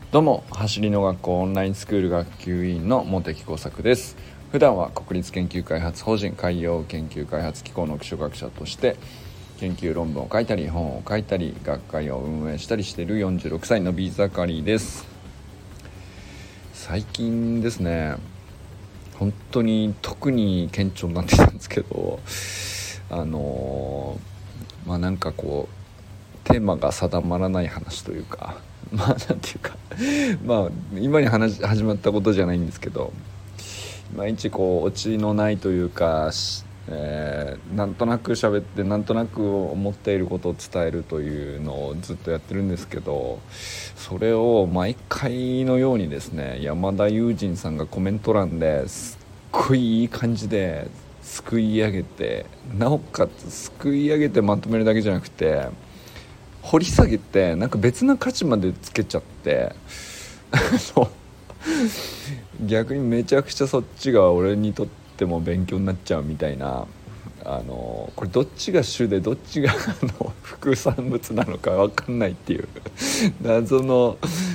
どうも、走りの学校オンラインスクール学級委員の茂木耕作です。普段は国立研究開発法人海洋研究開発機構の基礎学者として研究論文を書いたり本を書いたり学会を運営したりしている46歳のビーザカリーです。最近ですね、本当に特に顕著になってきたんですけど、なんかこうテーマが定まらない話というか、なんていうか今に始まったことじゃないんですけど、いまいちこうオチのないというか、なんとなく喋ってなんとなく思っていることを伝えるというのをずっとやってるんですけど、それを毎回のようにですね、山田友人さんがコメント欄ですっごいいい感じですくい上げて、なおかつすくい上げてまとめるだけじゃなくて掘り下げてなんか別な価値までつけちゃって逆にめちゃくちゃそっちが俺にとっても勉強になっちゃうみたいな、これどっちが主でどっちが副産物なのか分かんないっていう謎の、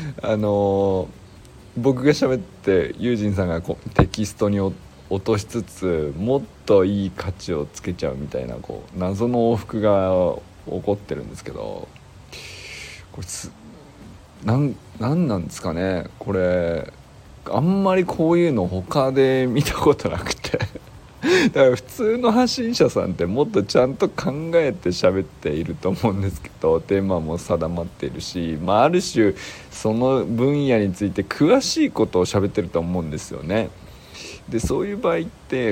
僕が喋ってユージンさんがテキストに落としつつもっといい価値をつけちゃうみたいな謎の往復が起こってるんですけど、これなんなんですかね。これあんまりこういうの他で見たことなくてだから普通の発信者さんってもっとちゃんと考えて喋っていると思うんですけど、テーマも定まっているし、ある種その分野について詳しいことを喋ってると思うんですよね。でそういう場合って、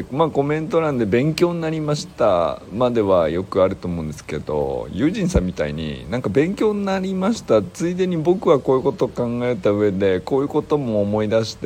コメント欄で勉強になりましたまではよくあると思うんですけど、友人さんみたいになんか勉強になりました、ついでに僕はこういうことを考えた上でこういうことも思い出して、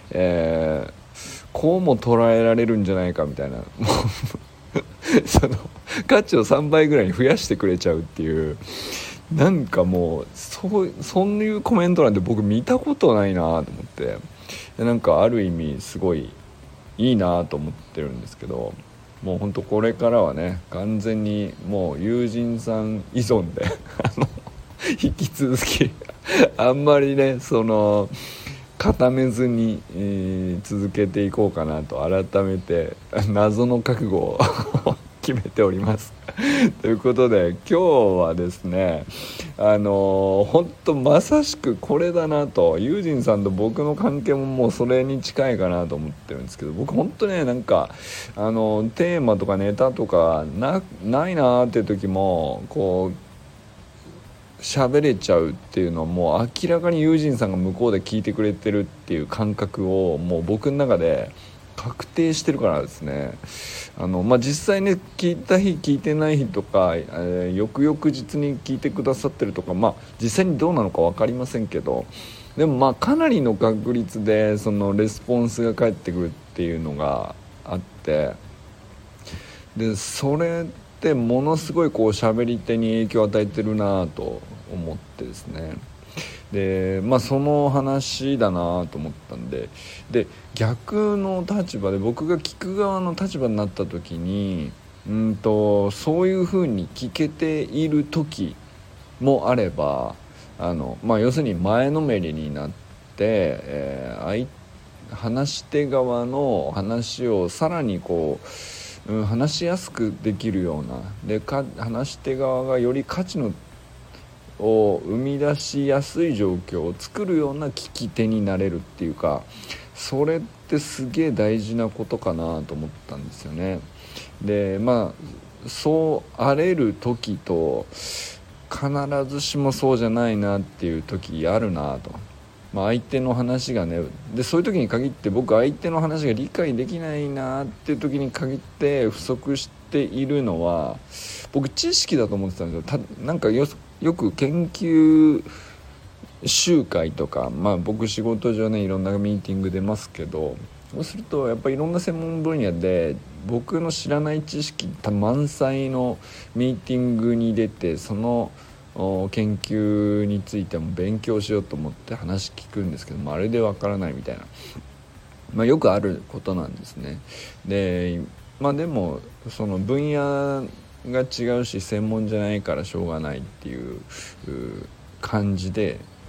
こうも捉えられるんじゃないかみたいなその価値を3倍ぐらいに増やしてくれちゃうっていう、なんかもうそういうコメント欄で僕見たことないなと思って、なんかある意味すごいいいなと思ってるんですけど、もうほんとこれからはね、完全にもう友人さん依存で引き続きあんまりね固めずに、続けていこうかなと改めて謎の覚悟を決めておりますということで今日はですね、本当まさしくこれだなと、ユージンさんと僕の関係ももうそれに近いかなと思ってるんですけど、僕本当ね、なんかテーマとかネタとかないなっていう時も喋れちゃうっていうのはもう明らかにユージンさんが向こうで聞いてくれてるっていう感覚をもう僕の中で確定してるからですね。実際ね、聞いた日聞いてない日とか、翌々日に聞いてくださってるとか、実際にどうなのか分かりませんけど、でもかなりの確率でそのレスポンスが返ってくるっていうのがあって、でそれってものすごい喋り手に影響を与えてるなと思ってですね。でその話だなと思ったんで、逆の立場で僕が聞く側の立場になった時にそういう風に聞けている時もあれば、要するに前のめりになって、話し手側の話をさらに話しやすくできるようなで話し手側がより価値のを生み出しやすい状況を作るような聞き手になれるっていうか、それってすげえ大事なことかなと思ったんですよね。でそうあれる時と必ずしもそうじゃないなっていう時あるなと、相手の話がね、でそういう時に限って僕相手の話が理解できないなっていう時に限って不足しているのは僕知識だと思ってたんですよ。なんかよく研究集会とか、僕仕事上ねいろんなミーティング出ますけど、そうするとやっぱりいろんな専門分野で僕の知らない知識満載のミーティングに出て、その研究についても勉強しようと思って話聞くんですけども、あれでわからないみたいな、よくあることなんですね。ででもその分野が違うし専門じゃないからしょうがないっていう感じで、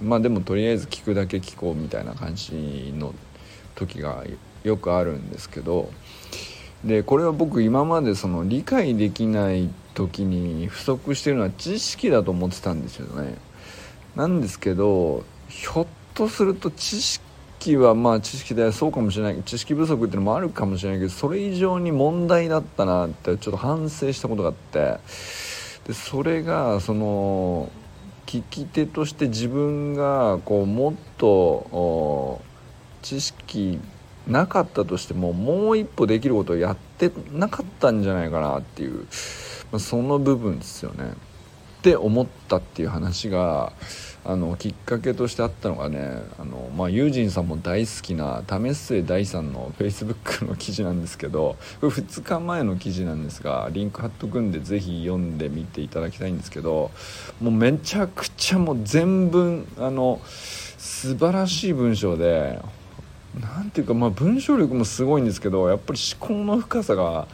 でもとりあえず聞くだけ聞こうみたいな感じの時がよくあるんですけど、でこれは僕今までその理解できない時に不足しているのは知識だと思ってたんですよね。なんですけど、ひょっとすると知識は知識でそうかもしれない、知識不足っていうのもあるかもしれないけど、それ以上に問題だったなってちょっと反省したことがあって、でそれがその聞き手として自分がもっと知識なかったとしてももう一歩できることをやってなかったんじゃないかなっていう、その部分ですよねって思ったっていう話がきっかけとしてあったのがね、ユージンさんも大好きな為末大さんの Facebook の記事なんですけど、これ2日前の記事なんですが、リンク貼っとくんでぜひ読んでみていただきたいんですけど、もうめちゃくちゃもう全文素晴らしい文章で、なんていうか文章力もすごいんですけど、やっぱり思考の深さが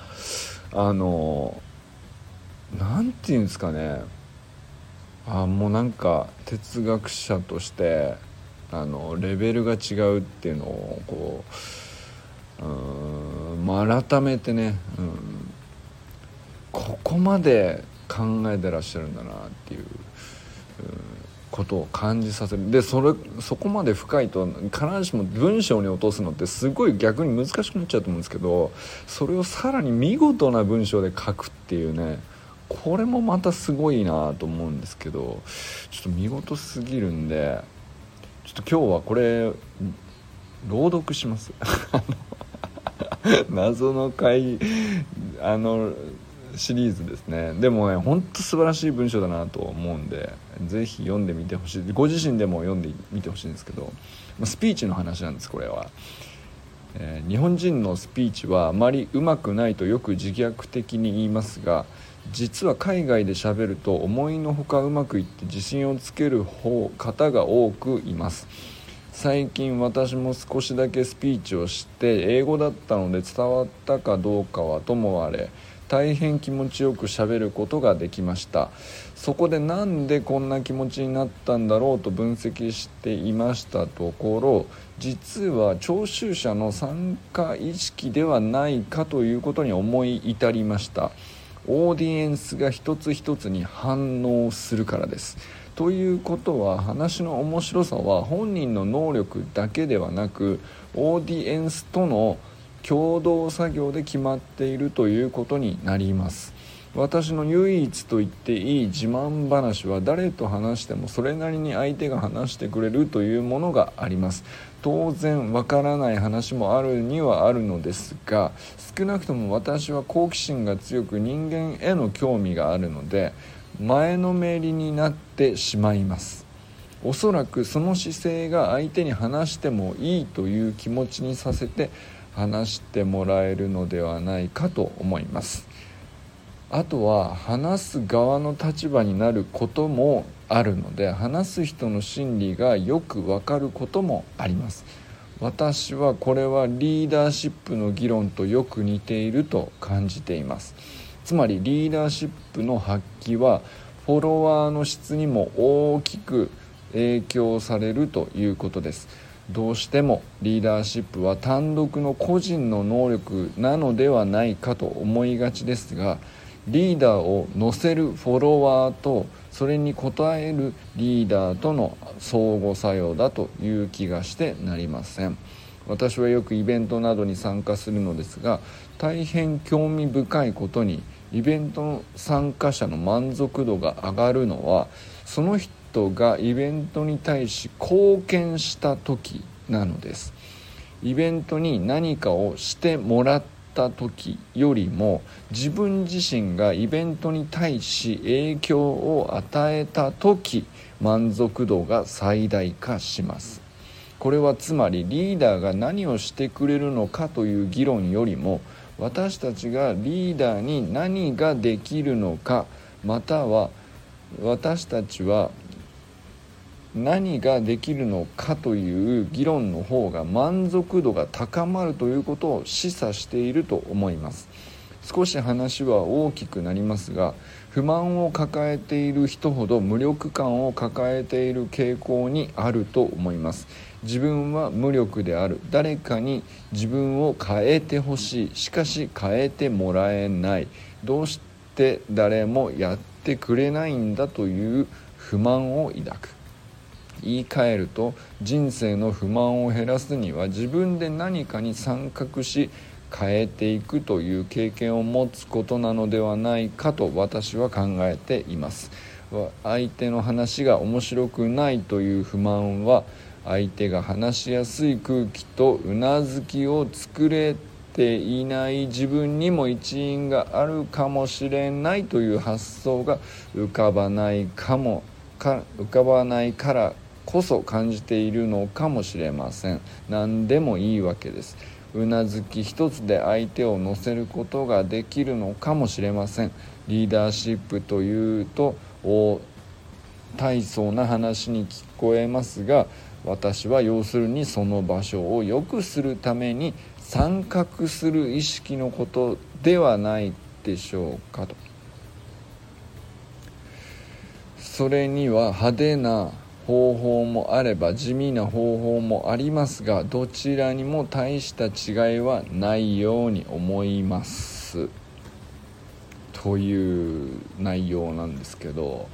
なんていうんですかね、もうなんか哲学者としてレベルが違うっていうのを改めてね、ここまで考えてらっしゃるんだなっていうことを感じさせる。でそこまで深いと必ずしも文章に落とすのってすごい逆に難しくなっちゃうと思うんですけど、それをさらに見事な文章で書くっていうね、これもまたすごいなと思うんですけど、ちょっと見事すぎるんで、ちょっと今日はこれ朗読します謎の回シリーズですね。でもね、ほんと素晴らしい文章だなと思うんで、ぜひ読んでみてほしい。ご自身でも読んでみてほしいんですけど、スピーチの話なんです。これは、日本人のスピーチはあまりうまくないとよく自虐的に言いますが、実は海外で喋ると思いのほかうまくいって自信をつける方が多くいます。最近私も少しだけスピーチをして英語だったので伝わったかどうかはともあれ、大変気持ちよく喋ることができました。そこでなんでこんな気持ちになったんだろうと分析していましたところ、実は聴衆者の参加意識ではないかということに思い至りました。オーディエンスが一つ一つに反応するからです。ということは、話の面白さは本人の能力だけではなく、オーディエンスとの共同作業で決まっているということになります。私の唯一と言っていい自慢話は、誰と話してもそれなりに相手が話してくれるというものがあります。当然わからない話もあるにはあるのですが、少なくとも私は好奇心が強く人間への興味があるので、前のめりになってしまいます。おそらくその姿勢が相手に話してもいいという気持ちにさせて話してもらえるのではないかと思います。あとは話す側の立場になることもあるので、話す人の心理がよくわかることもあります。私はこれはリーダーシップの議論とよく似ていると感じています。つまりリーダーシップの発揮はフォロワーの質にも大きく影響されるということです。どうしてもリーダーシップは単独の個人の能力なのではないかと思いがちですが、リーダーを乗せるフォロワーとそれに応えるリーダーとの相互作用だという気がしてなりません。私はよくイベントなどに参加するのですが、大変興味深いことにイベントの参加者の満足度が上がるのは、その人がイベントに対し貢献した時なのです。イベントに何かをしてもらった時よりも、自分自身がイベントに対し影響を与えた時、満足度が最大化します。これはつまりリーダーが何をしてくれるのかという議論よりも、私たちがリーダーに何ができるのか、または私たちは何ができるのかという議論の方が満足度が高まるということを示唆していると思います。 少し話は大きくなりますが、不満を抱えている人ほど無力感を抱えている傾向にあると思います。自分は無力である。誰かに自分を変えてほしい。しかし変えてもらえない。どうして誰もやってくれないんだという不満を抱く。言い換えると、人生の不満を減らすには自分で何かに参画し変えていくという経験を持つことなのではないかと私は考えています。相手の話が面白くないという不満は、相手が話しやすい空気とうなずきを作れていない自分にも一因があるかもしれないという発想が浮かばないからこそ感じているのかもしれません。何でもいいわけです。うなずき一つで相手を乗せることができるのかもしれません。リーダーシップというと大層な話に聞こえますが、私は要するにその場所を良くするために参画する意識のことではないでしょうかと。それには派手な方法もあれば地味な方法もありますが、どちらにも大した違いはないように思いますという内容なんですけど、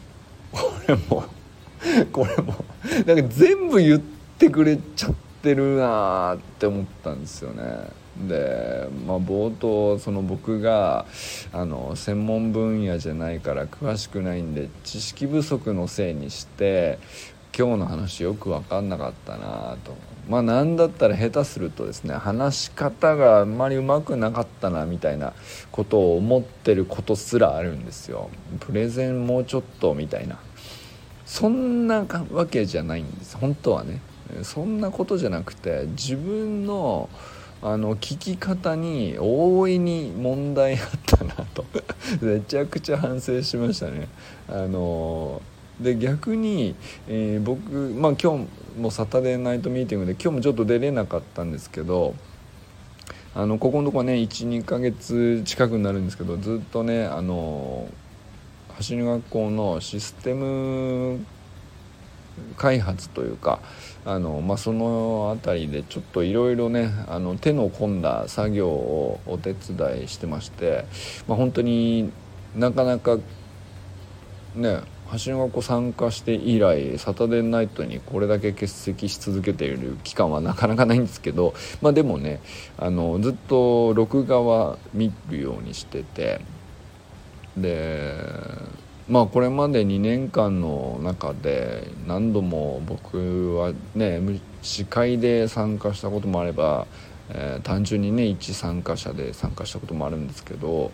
これもなんか全部言ってくれちゃってるなって思ったんですよね。で、冒頭その僕が専門分野じゃないから詳しくないんで知識不足のせいにして今日の話よく分かんなかったなと。なんだったら下手するとですね、話し方があんまりうまくなかったなみたいなことを思ってることすらあるんですよ。プレゼンもうちょっとみたいな、そんなわけじゃないんです。本当はね、そんなことじゃなくて、自分の聞き方に大いに問題あったなとめちゃくちゃ反省しましたね。で逆に、僕、今日もサタデーナイトミーティングで今日もちょっと出れなかったんですけど、ここのとこね 1,2 ヶ月近くになるんですけど、ずっとね走り学校のシステム開発というかそのあたりでちょっといろいろね手の込んだ作業をお手伝いしてまして、本当になかなかね走り学校参加して以来サタデーナイトにこれだけ欠席し続けている期間はなかなかないんですけど、でもねずっと録画は見るようにしてて、でこれまで2年間の中で何度も僕はね司会で参加したこともあれば、単純にね一参加者で参加したこともあるんですけど、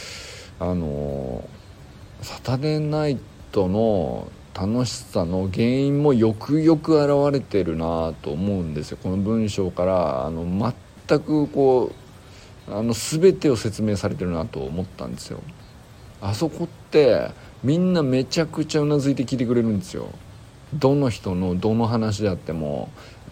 サタデーナイトの楽しさの原因もよくよく現れてるなと思うんですよ。この文章から全く全てを説明されてるなと思ったんですよ。あそこってみんなめちゃくちゃうなずいて聞いてくれるんですよ。どの人のどの話であっても、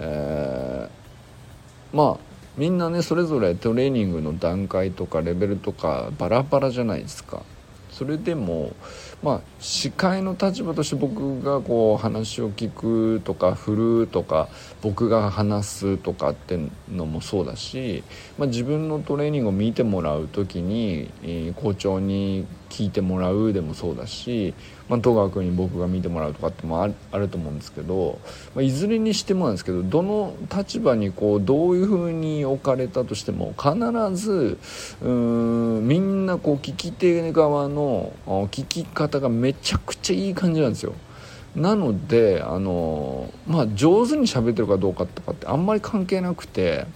みんなねそれぞれトレーニングの段階とかレベルとかバラバラじゃないですか。それでも司会の立場として僕が話を聞くとか振るとか僕が話すとかってのもそうだし、自分のトレーニングを見てもらう時に、校長に聞いてもらうでもそうだし、戸川君に僕が見てもらうとかってもあると思うんですけど、いずれにしてもなんですけど、どの立場にどういう風に置かれたとしても必ずみんな聞き手側の聞き方がめちゃくちゃいい感じなんですよ。なので上手に喋ってるかどうかとかってあんまり関係なくて、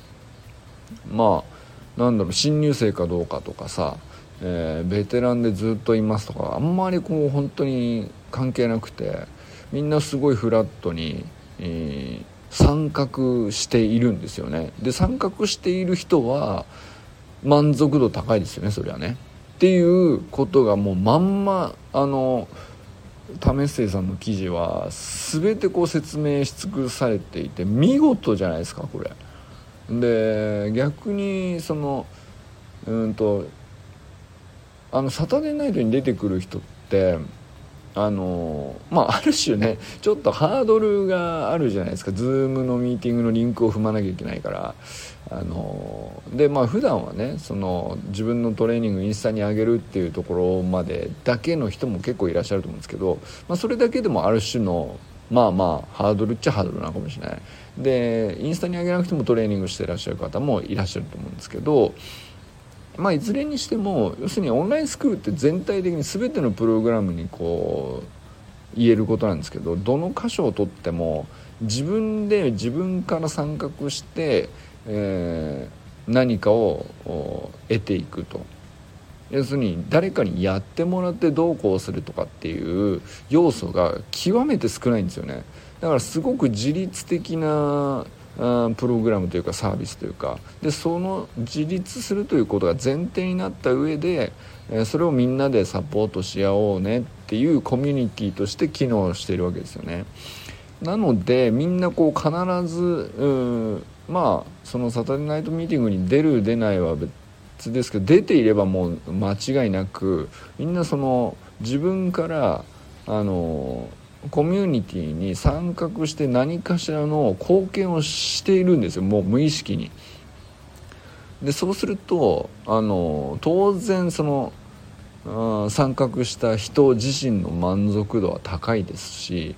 新入生かどうかとかさ、ベテランでずっといますとかあんまり本当に関係なくて、みんなすごいフラットに、参画しているんですよね。で参画している人は満足度高いですよね、それはね。っていうことがもうまんま為末さんの記事は全て説明し尽くされていて見事じゃないですかこれ。で逆にサタデーナイトに出てくる人ってある種ねちょっとハードルがあるじゃないですか。ズームのミーティングのリンクを踏まなきゃいけないから、で普段はねその自分のトレーニングインスタに上げるっていうところまでだけの人も結構いらっしゃると思うんですけど、それだけでもある種のハードルっちゃハードルなのかもしれない。でインスタに上げなくてもトレーニングしていらっしゃる方もいらっしゃると思うんですけど、いずれにしても要するにオンラインスクールって全体的に全てのプログラムにこう言えることなんですけど、どの箇所をとっても自分で自分から参画して、何かを得ていくと。要するに誰かにやってもらってどうこうするとかっていう要素が極めて少ないんですよね。だからすごく自律的なプログラムというかサービスというかで、その自立するということが前提になった上で、それをみんなでサポートし合おうねっていうコミュニティとして機能しているわけですよね。なのでみんなこう必ずそのサタデーナイトミーティングに出る出ないは別ですけど、出ていればもう間違いなくみんなその自分からコミュニティに参画して何かしらの貢献をしているんですよ、もう無意識に。でそうすると当然その参画した人自身の満足度は高いですし、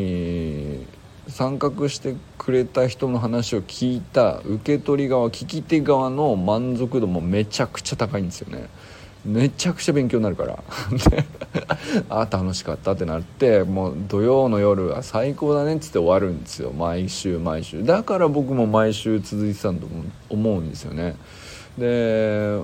参画してくれた人の話を聞いた受け取り側聞き手側の満足度もめちゃくちゃ高いんですよね。めちゃくちゃ勉強になるから楽しかったってなって、もう土曜の夜は最高だねっつって終わるんですよ、毎週。だから僕も毎週続いてたんと思うんですよね。で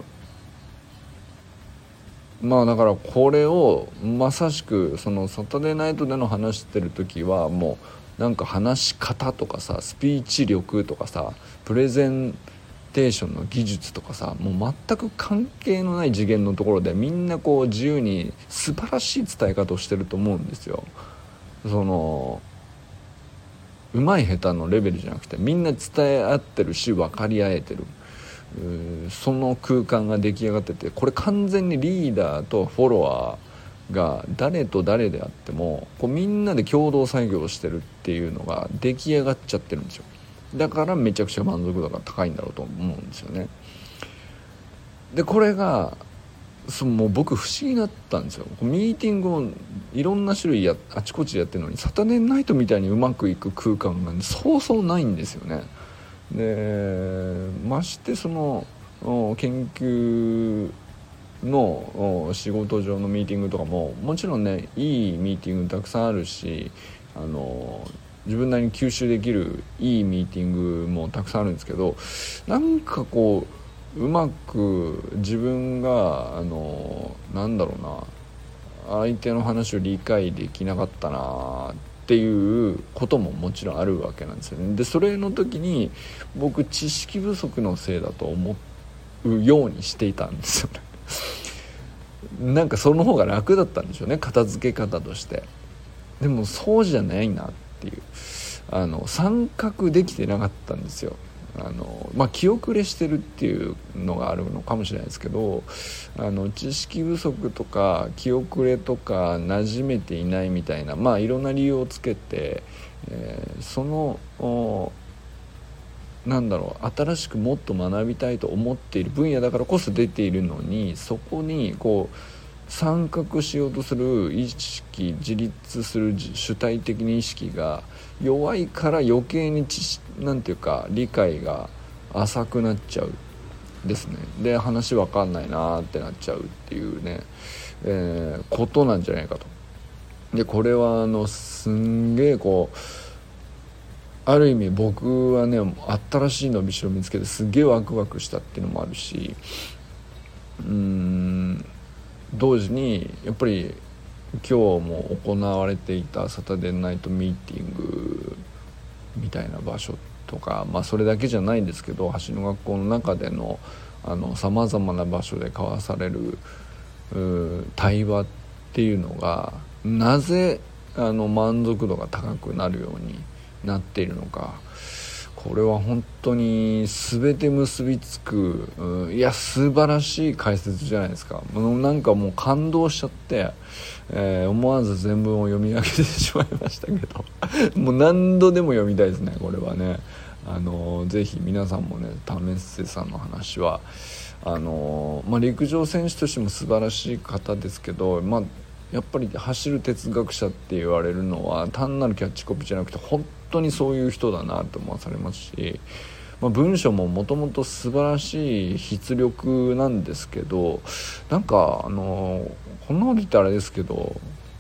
だからこれをまさしくそのサタデーナイトでの話してる時はもうなんか話し方とかさ、スピーチ力とかさ、プレゼンテーションの技術とかさ、もう全く関係のない次元のところでみんなこう自由に素晴らしい伝え方をしてると思うんですよ。その上手い下手のレベルじゃなくてみんな伝え合ってるし分かり合えてる、その空間が出来上がってて、これ完全にリーダーとフォロワーが誰と誰であってもこうみんなで共同作業をしてるっていうのが出来上がっちゃってるんですよ。だからめちゃくちゃ満足度が高いんだろうと思うんですよね。でこれがもう僕不思議だったんですよ。ミーティングをいろんな種類あちこちやってるのにサタデーナイトみたいにうまくいく空間がそうそうないんですよね。でましてその研究の仕事上のミーティングとかももちろんねいいミーティングたくさんあるし、自分なりに吸収できるいいミーティングもたくさんあるんですけど、なんかこううまく自分がなんだろうな、相手の話を理解できなかったなっていうことももちろんあるわけなんですよね。でそれの時に僕知識不足のせいだと思うようにしていたんですよねなんかその方が楽だったんでしょうね、片付け方として。でもそうじゃないなっていう、参画できてなかったんですよ。気遅れしてるっていうのがあるのかもしれないですけど、知識不足とか気遅れとか馴染めていないみたいないろんな理由をつけて、その新しくもっと学びたいと思っている分野だからこそ出ているのに、そこにこう参画しようとする意識、自立する主体的に意識が弱いから余計になんていうか理解が浅くなっちゃうですね。で話分かんないなってなっちゃうっていうね、ことなんじゃないかと。でこれはすんげえこうある意味僕はね新しい伸びしろ見つけてすげえワクワクしたっていうのもあるし、同時にやっぱり今日も行われていたサタデーナイトミーティングみたいな場所とか、それだけじゃないんですけど橋の学校の中でのさまざまな場所で交わされる対話っていうのがなぜ満足度が高くなるようになっているのか、 これは本当に全て結びつく、いや素晴らしい解説じゃないですか。なんかもう感動しちゃって、思わず全文を読み上げてしまいましたけどもう何度でも読みたいですねこれはね。ぜひ皆さんもね為末さんの話は陸上選手としても素晴らしい方ですけど、やっぱり走る哲学者って言われるのは単なるキャッチコピーじゃなくて本当にそういう人だなと思わされますし、文章ももともと素晴らしい筆力なんですけど、なんかこんなこと言ったらあれですけど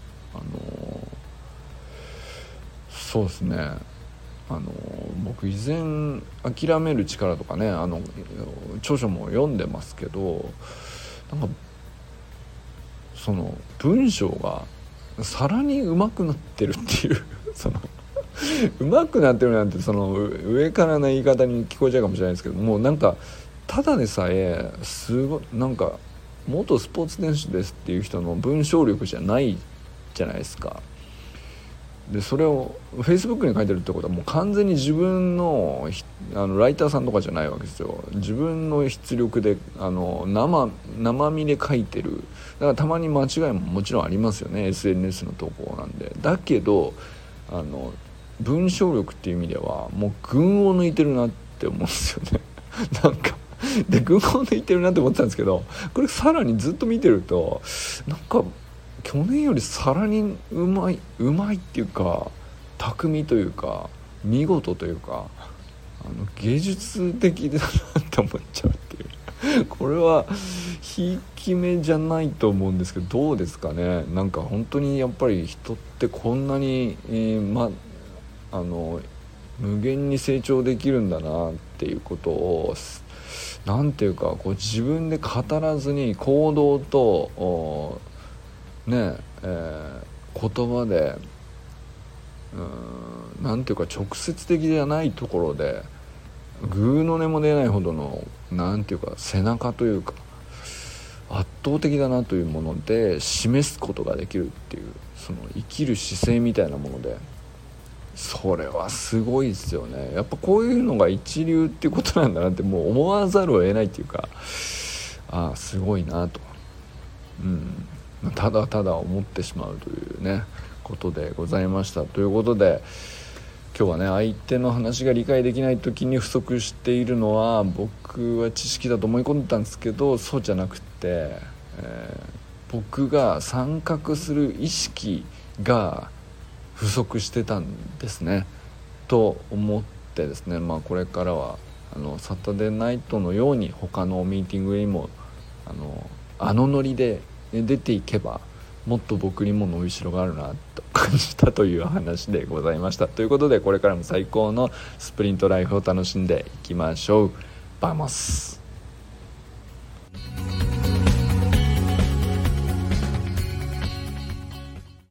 そうですね、僕以前諦める力とかね著書も読んでますけど、なんかその文章がさらに上手くなってるっていうその上手くなってるなんてその上からな言い方に聞こえちゃうかもしれないですけど、もうなんかただでさえすごいなんか元スポーツ選手ですっていう人の文章力じゃないじゃないですか。でそれを Facebook に書いてるってことはもう完全に自分のライターさんとかじゃないわけですよ。自分の筆力で生身で書いてる。だからたまに間違いももちろんありますよね、 SNS の投稿なんで。だけど文章力っていう意味ではもう群を抜いてるなって思うんですよねなんかで群を抜いてるなって思ってたんですけど、これさらにずっと見てるとなんか去年よりさらにうまいっていうか巧みというか見事というか芸術的だなって思っちゃうっていうこれはひいき目じゃないと思うんですけど、どうですかね。なんか本当にやっぱり人ってこんなに、無限に成長できるんだなっていうことをなんていうかこう自分で語らずに行動と言葉でなんていうか直接的じゃないところでグーの音も出ないほどのなんていうか背中というか圧倒的だなというもので示すことができるっていう、その生きる姿勢みたいなもので、それはすごいですよね。やっぱこういうのが一流っていうことなんだなってもう思わざるを得ないっていうか、すごいなと、ただただ思ってしまうというねことでございました。ということで今日はね、相手の話が理解できない時に不足しているのは僕は知識だと思い込んでたんですけど、そうじゃなくて、僕が参画する意識が不足してたんですねと思ってですね、これからはサタデーナイトのように他のミーティングにもノリで出ていけばもっと僕にも伸びしろがあるなと感じたという話でございました。ということでこれからも最高のスプリントライフを楽しんでいきましょう。バモス。